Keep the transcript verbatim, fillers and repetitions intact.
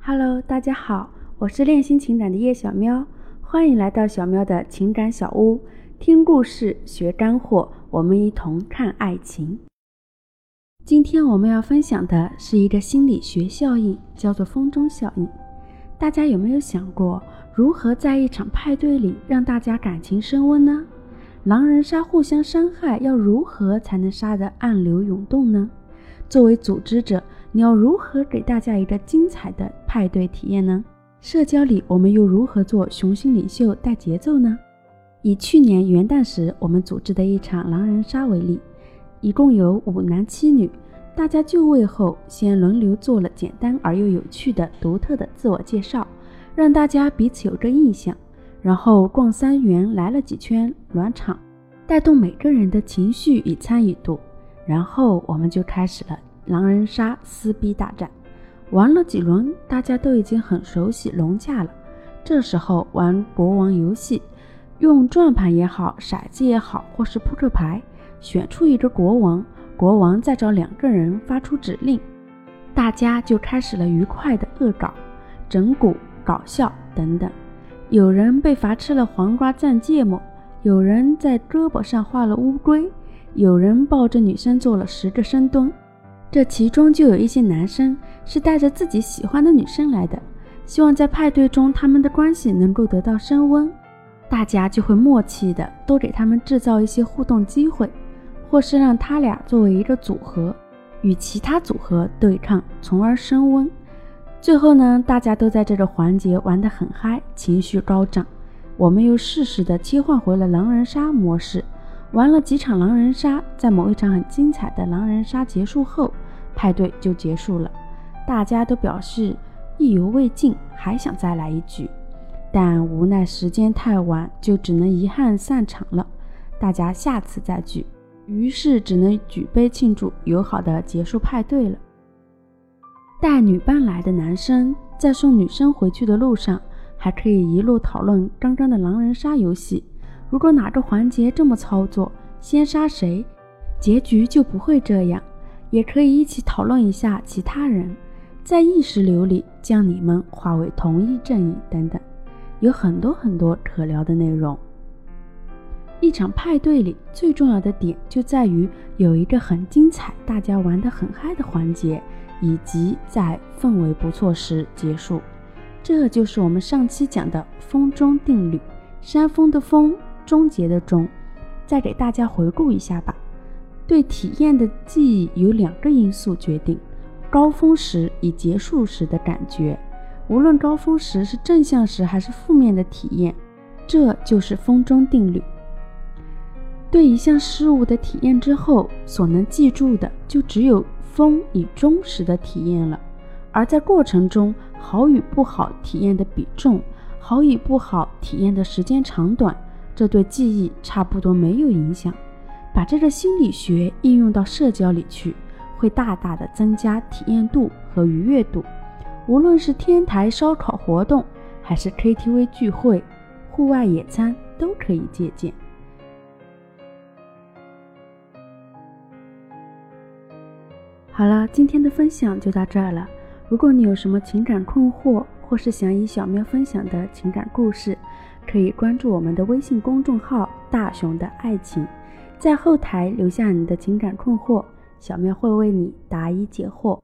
Hello， 大家好，我是练心情感的叶小喵，欢迎来到小喵的情感小屋，听故事学干货，我们一同看爱情。今天我们要分享的是一个心理学效应，叫做风中效应。大家有没有想过，如何在一场派对里让大家感情升温呢？狼人杀互相伤害，要如何才能杀得暗流涌动呢？作为组织者，你要如何给大家一个精彩的派对体验呢？社交里我们又如何做雄心领袖带节奏呢？以去年元旦时我们组织的一场狼人杀为例，一共有五男七女，大家就位后先轮流做了简单而又有趣的独特的自我介绍，让大家彼此有个印象，然后逛三元来了几圈暖场，带动每个人的情绪与参与度，然后我们就开始了狼人杀撕逼大战。玩了几轮，大家都已经很熟悉笼架了，这时候玩国王游戏，用转盘也好，骰子也好，或是扑克牌，选出一个国王，国王再找两个人发出指令，大家就开始了愉快的恶搞、整蛊、搞笑等等。有人被罚吃了黄瓜蘸芥末，有人在胳膊上画了乌龟，有人抱着女生做了十个深蹲。这其中就有一些男生是带着自己喜欢的女生来的，希望在派对中他们的关系能够得到升温，大家就会默契的多给他们制造一些互动机会，或是让他俩作为一个组合与其他组合对抗，从而升温。最后呢，大家都在这个环节玩得很嗨，情绪高涨，我们又适时的切换回了狼人杀模式，玩了几场狼人杀，在某一场很精彩的狼人杀结束后，派对就结束了，大家都表示意犹未尽，还想再来一局，但无奈时间太晚，就只能遗憾散场了，大家下次再聚，于是只能举杯庆祝，友好的结束派对了。带女伴来的男生在送女生回去的路上，还可以一路讨论刚刚的狼人杀游戏，如果哪个环节这么操作，先杀谁，结局就不会这样。也可以一起讨论一下其他人，在意识流里将你们化为同一阵营等等，有很多很多可聊的内容。一场派对里最重要的点就在于有一个很精彩，大家玩得很嗨的环节，以及在氛围不错时结束。这就是我们上期讲的风中定律，山峰的峰，终结的终。再给大家回顾一下吧。对体验的记忆有两个因素决定，高峰时与结束时的感觉，无论高峰时是正向时还是负面的体验，这就是风中定律。对一项事物的体验之后，所能记住的就只有峰与终时的体验了，而在过程中好与不好体验的比重，好与不好体验的时间长短，这对记忆差不多没有影响。把这个心理学应用到社交里去，会大大的增加体验度和愉悦度。无论是天台烧烤活动，还是 K T V 聚会、户外野餐，都可以借鉴。好了，今天的分享就到这儿了。如果你有什么情感困惑，或是想与小喵分享的情感故事，可以关注我们的微信公众号大熊的爱情，在后台留下你的情感困惑，小喵会为你答疑解惑。